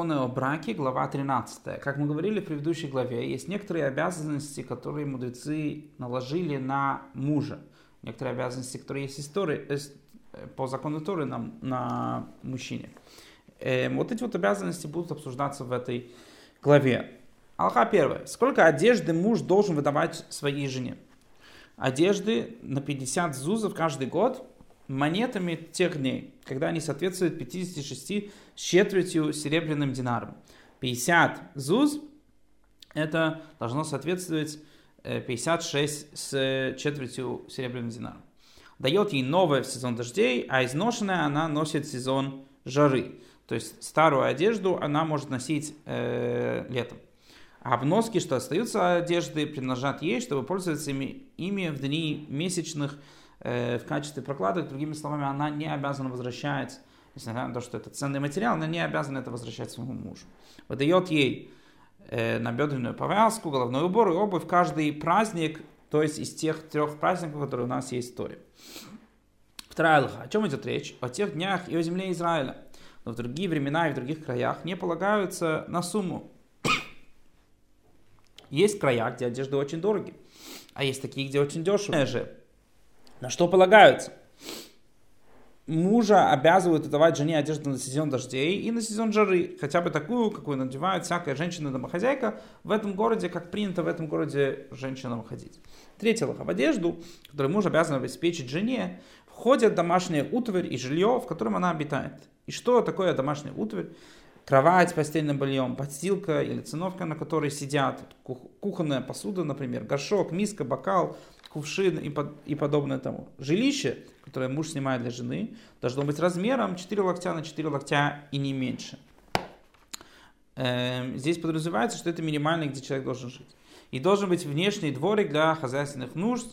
законы о браке, глава 13. Как мы говорили в предыдущей главе, есть некоторые обязанности, которые мудрецы наложили на мужа. Некоторые обязанности, которые есть по закону Торы на мужчине. Вот эти вот обязанности будут обсуждаться в этой главе. Алаха 1. Сколько одежды муж должен выдавать своей жене? Одежды на 50 зузов каждый год монетами тех дней, когда они соответствуют 56 с четвертью серебряным динарам. 50 зуз это должно соответствовать 56 с четвертью серебряным динаром. Дает ей новое в сезон дождей, а изношенное она носит в сезон жары. То есть старую одежду она может носить летом. А обноски, что остаются одежды, принадлежат ей, чтобы пользоваться ими в дни месячных в качестве прокладок. Другими словами, она не обязана возвращать, несмотря на то, что это ценный материал, она не обязана это возвращать своему мужу. Выдает ей набедренную повязку, головной убор и обувь каждый праздник, то есть из тех 3 праздников, которые у нас есть в Торе. Вторая алаха. О чем идет речь? О тех днях и о земле Израиля. Но в другие времена и в других краях не полагаются на сумму. Есть края, где одежды очень дороги, а есть такие, где очень дешево. На что полагаются? Мужа обязывают давать жене одежду на сезон дождей и на сезон жары, хотя бы такую, какую надевает всякая женщина-домохозяйка в этом городе, как принято в этом городе женщинам ходить. Третья алаха. В одежду, которую муж обязан обеспечить жене, входят домашняя утварь и жилье, в котором она обитает. И что такое домашняя утварь? Кровать с постельным бельем, подстилка или циновка, на которой сидят, кухонная посуда, например, горшок, миска, бокал, кувшин и подобное тому. Жилище, которое муж снимает для жены, должно быть размером 4 локтя на 4 локтя и не меньше. Здесь подразумевается, что это минимальный, где человек должен жить. И должен быть внешний дворик для хозяйственных нужд,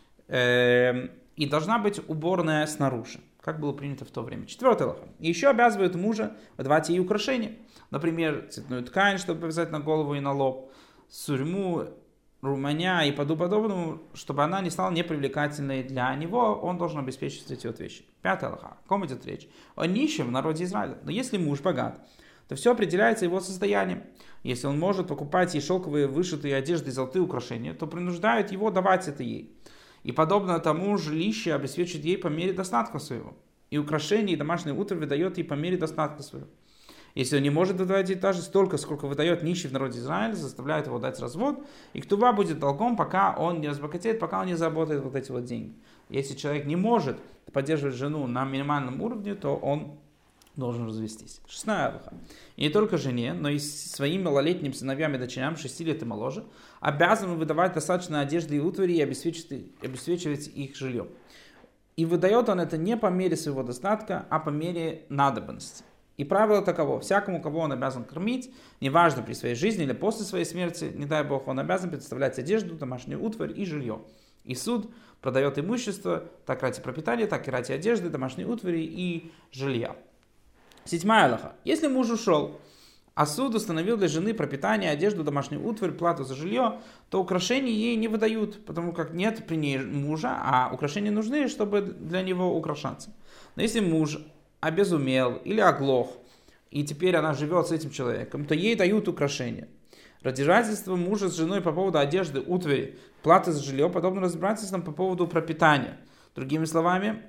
и должна быть уборная снаружи, как было принято в то время. 4 алаха. И еще обязывают мужа выдавать ей украшения. Например, цветную ткань, чтобы повязать на голову и на лоб, сурьму, румяня и подобному, чтобы она не стала непривлекательной для него, он должен обеспечить эти вот вещи. 5 алаха. О ком идет речь? О нищем в народе Израиля. Но если муж богат, то все определяется его состоянием. Если он может покупать ей шелковые вышитые одежды и золотые украшения, то принуждают его давать это ей. И подобно тому жилище обеспечит ей по мере достатка своего. И украшения, и домашние утварь выдает ей по мере достатка своего. Если он не может выдавать ей даже столько, сколько выдает нищий в народе Израиля, заставляет его дать развод, и ктува будет долгом, пока он не разбогатеет, пока он не заработает вот эти вот деньги. Если человек не может поддерживать жену на минимальном уровне, то он должен развестись. 6 алаха. И не только жене, но и своим малолетним сыновьям и дочерям 6 лет и моложе обязан выдавать достаточно одежды и утвари и обеспечивать их жильем. И выдает он это не по мере своего достатка, а по мере надобности. И правило таково: всякому, кого он обязан кормить, неважно при своей жизни или после своей смерти, не дай Бог, он обязан предоставлять одежду, домашнюю утварь и жилье. И суд продает имущество так ради пропитания, так и ради одежды, домашней утвари и жилья. 7 алаха. Если муж ушел, а суд установил для жены пропитание, одежду, домашнюю утварь, плату за жилье, то украшения ей не выдают, потому как нет при ней мужа, а украшения нужны, чтобы для него украшаться. Но если муж обезумел или оглох, и теперь она живет с этим человеком, то ей дают украшения. Разбирательство мужа с женой по поводу одежды, утвари, платы за жилье подобно разбирательствам по поводу пропитания. Другими словами,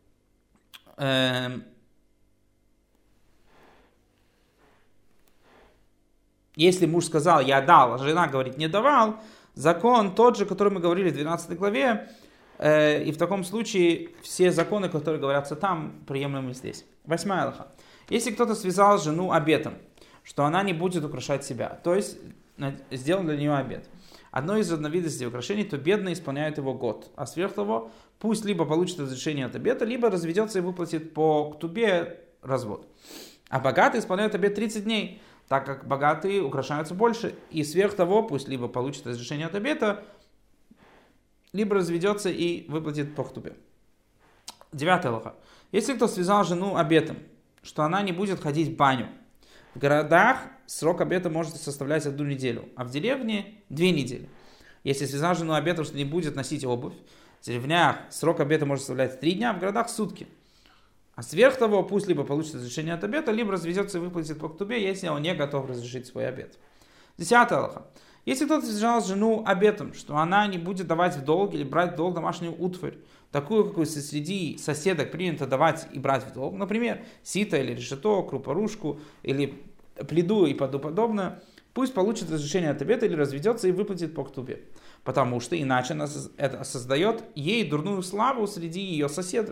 если муж сказал «я дал», а жена говорит «не давал», закон тот же, который мы говорили в 12 главе, и в таком случае все законы, которые говорятся там, приемлемы здесь. 8 алаха. Если кто-то связал жену обетом, что она не будет украшать себя, то есть сделал для нее обет, одно из разновидностей украшений, то бедный исполняет его год, а сверх того пусть либо получит разрешение от обета, либо разведется и выплатит по ктубе развод. А богатый исполняет обет 30 дней, так как богатые украшаются больше, и сверх того пусть либо получит разрешение от обета, либо разведется и выплатит по ктубе. 9 алаха. Если кто связал жену обетом, что она не будет ходить в баню, в городах срок обета может составлять 1 неделю, а в деревне 2 недели. Если связал жену обетом, что не будет носить обувь, в деревнях срок обета может составлять 3 дня, в городах сутки. А сверх того, пусть либо получит разрешение от обета, либо разведется и выплатит по ктубе, если он не готов разрешить свой обет. 10 алаха. Если кто-то связал жену обетом, что она не будет давать в долг или брать в долг домашнюю утварь, такую, какую среди соседок принято давать и брать в долг, например, сито или решето, крупорушку или пледу и подобное, пусть получит разрешение от обета или разведется и выплатит по ктубе. Потому что иначе это создает ей дурную славу среди ее соседок.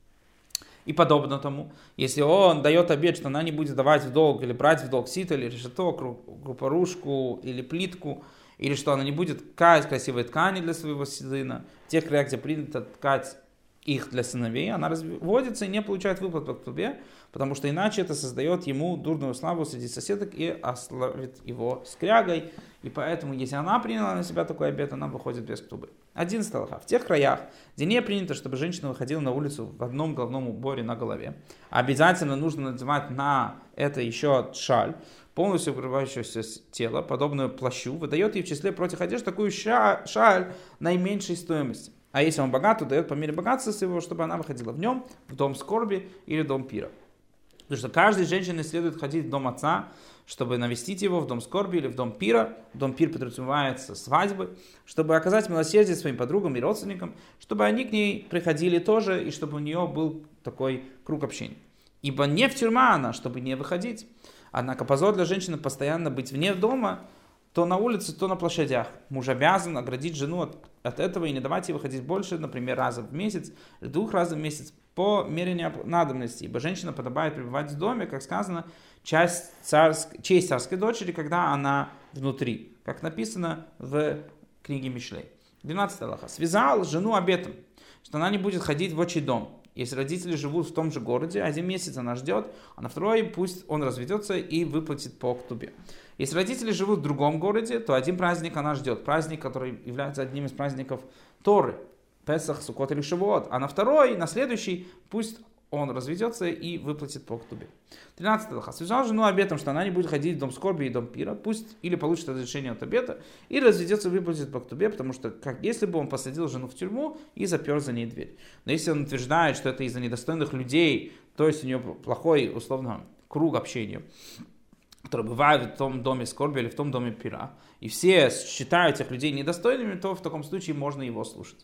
И подобно тому, если он дает обет, что она не будет давать в долг или брать в долг сито или решето, крупорушку или плитку, или что она не будет ткать красивые ткани для своего сына, в тех краях, где принято ткать их для сыновей, она разводится и не получает выплат по ктубе, потому что иначе это создает ему дурную славу среди соседок и ославит его скрягой. И поэтому, если она приняла на себя такой обет, она выходит без ктубы. 11 алаха. В тех краях, где не принято, чтобы женщина выходила на улицу в одном головном уборе на голове, обязательно нужно надевать на это еще шаль, полностью укрывающуюся тело, подобную плащу, выдает ей в числе против одежды такую шаль наименьшей стоимости. А если он богат, то дает по мере богатства своего, чтобы она выходила в нем, в дом скорби или дом пира. Потому что каждой женщине следует ходить в дом отца, чтобы навестить его в дом скорби или в дом пира. Дом пир подразумевается свадьбы, чтобы оказать милосердие своим подругам и родственникам, чтобы они к ней приходили тоже, и чтобы у нее был такой круг общения. Ибо не в тюрьма она, чтобы не выходить. Однако позор для женщины постоянно быть вне дома, то на улице, то на площадях. Муж обязан оградить жену от этого и не давать ей выходить больше, например, раза в месяц или 2 раз в месяц по мере надобности. Ибо женщина подобает пребывать в доме, как сказано, честь царской дочери, когда она внутри, как написано в книге Мишлей. 12 алаха. Связал жену обетом, что она не будет ходить в отчий дом. Если родители живут в том же городе, 1 месяц она ждет, а на 2 пусть он разведется и выплатит по ктубе. Если родители живут в другом городе, то 1 праздник она ждет. Праздник, который является одним из праздников Торы. Песах, Суккот или Шавуот. А на 2, на следующий, пусть он разведется и выплатит по ктубе. 13 алаха. Связал жену обетом, что она не будет ходить в дом скорби и дом пира. Пусть или получит разрешение от обета, и разведется и выплатит по ктубе, потому что как если бы он посадил жену в тюрьму и запер за ней дверь. Но если он утверждает, что это из-за недостойных людей, то есть у нее плохой, условно, круг общения, который бывает в том доме скорби или в том доме пира, и все считают этих людей недостойными, то в таком случае можно его слушать.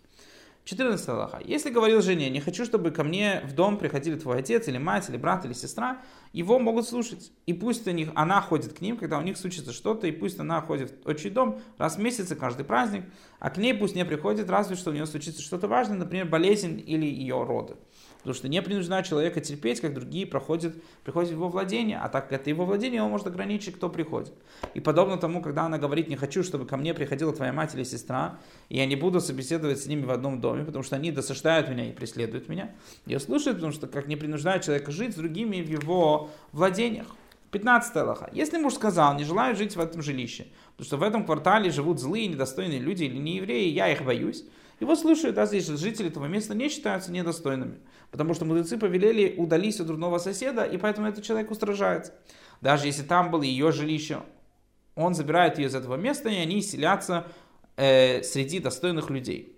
14 алаха. Если говорил жене, не хочу, чтобы ко мне в дом приходили твой отец, или мать, или брат, или сестра, его могут слушать. И пусть она ходит к ним, когда у них случится что-то, и пусть она ходит в отчий дом раз в месяц, каждый праздник, а к ней пусть не приходит, разве что у нее случится что-то важное, например, болезнь или ее роды. Потому что не принуждает человека терпеть, как другие приходят в его владение, а так как это его владение, он может ограничить, кто приходит. И подобно тому, когда она говорит, не хочу, чтобы ко мне приходила твоя мать или сестра, и я не буду собеседовать с ними в одном доме, потому что они досаждают меня и преследуют меня. Ее слушают, потому что как не принуждает человека жить с другими в его владениях. 15 алаха. Если муж сказал, не желаю жить в этом жилище, потому что в этом квартале живут злые, недостойные люди или неевреи, я их боюсь, его слушают, даже если жители этого места не считаются недостойными. Потому что мудрецы повелели удались от дурного соседа, и поэтому этот человек устражается. Даже если там было ее жилище, он забирает ее из этого места, и они селятся среди достойных людей.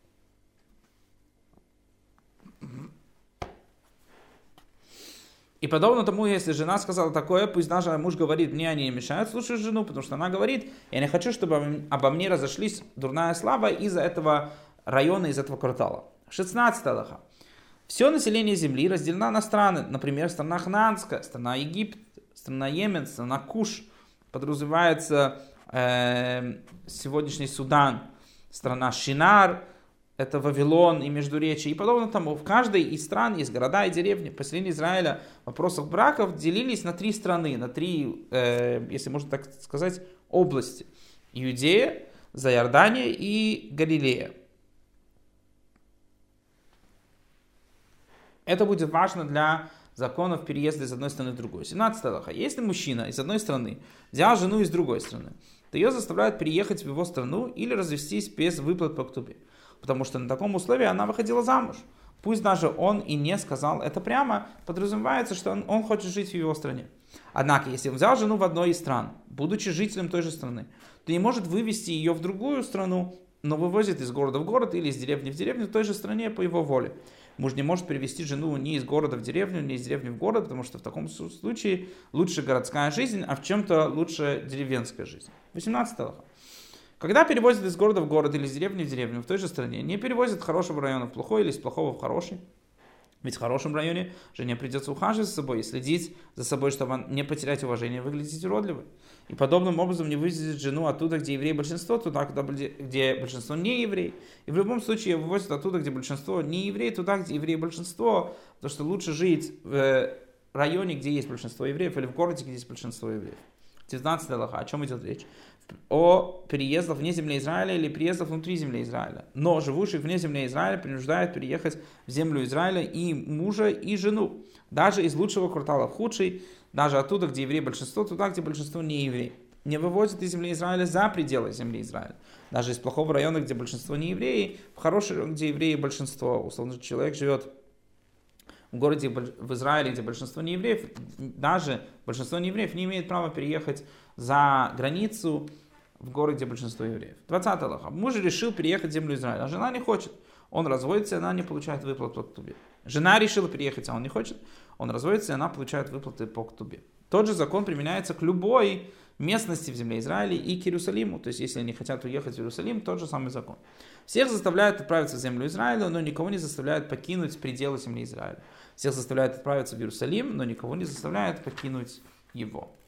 И подобно тому, если жена сказала такое, пусть даже муж говорит, мне они не мешают слушать жену, потому что она говорит, я не хочу, чтобы обо мне разошлись дурная слава из-за этого района, из этого квартала. 16 алаха. Все население земли разделено на страны, например, страна Ханаанская, страна Египет, страна Йемен, страна Куш, подразумевается сегодняшний Судан, страна Шинар, это Вавилон и Междуречие, и подобно тому. В каждой из стран есть города и деревни. Поселения Израиля в вопросах браков делились на 3 страны, на 3, если можно так сказать, области. Иудея, Зайордания и Галилея. Это будет важно для законов переезда из одной страны в другую. 17 алаха. Если мужчина из одной страны взял жену из другой страны, то ее заставляют переехать в его страну или развестись без выплат по ктубе. Потому что на таком условии она выходила замуж. Пусть даже он и не сказал это прямо, подразумевается, что он хочет жить в его стране. Однако, если он взял жену в одной из стран, будучи жителем той же страны, то не может вывести ее в другую страну, но вывозит из города в город или из деревни в деревню в той же стране по его воле. Муж не может перевести жену ни из города в деревню, ни из деревни в город, потому что в таком случае лучше городская жизнь, а в чем-то лучше деревенская жизнь. 18 алаха. Когда перевозят из города в город или из деревни в деревню в той же стране, не перевозят хорошего района в плохой или из плохого в хороший. Ведь в хорошем районе жене придется ухаживать за собой и следить за собой, чтобы не потерять уважение и выглядеть уродливо. И подобным образом не вывезет жену оттуда, где евреи большинство, туда, где большинство не евреи. И в любом случае вывозят оттуда, где большинство не евреи, туда, где евреи большинство. Потому что лучше жить в районе, где есть большинство евреев, или в городе, где есть большинство евреев. 19 алаха. О чем идет речь? О переездах вне земли Израиля или переездах внутри земли Израиля. Но живущих вне земли Израиля принуждают переехать в землю Израиля и мужа, и жену. Даже из лучшего квартала в худший, даже оттуда, где евреи большинство, туда, где большинство не евреи. Не вывозят из земли Израиля за пределы земли Израиля. Даже из плохого района, где большинство не евреи, в хороший район, где евреи большинство. Условно, человек живет в городе в Израиле, где большинство не евреев, даже большинство не евреев не имеет права переехать за границу в городе большинство евреев. 20 алаха. Муж решил переехать в землю Израиля, а жена не хочет. Он разводится, она не получает выплат по ктубе. Жена решила переехать, а он не хочет. Он разводится, и она получает выплаты по ктубе. Тот же закон применяется к любой местности в земле Израиля и к Иерусалиму. То есть, если они хотят уехать в Иерусалим, тот же самый закон. Всех заставляют отправиться в землю Израиля, но никого не заставляют покинуть пределы земли Израиля. Всех заставляют отправиться в Иерусалим, но никого не заставляют покинуть его.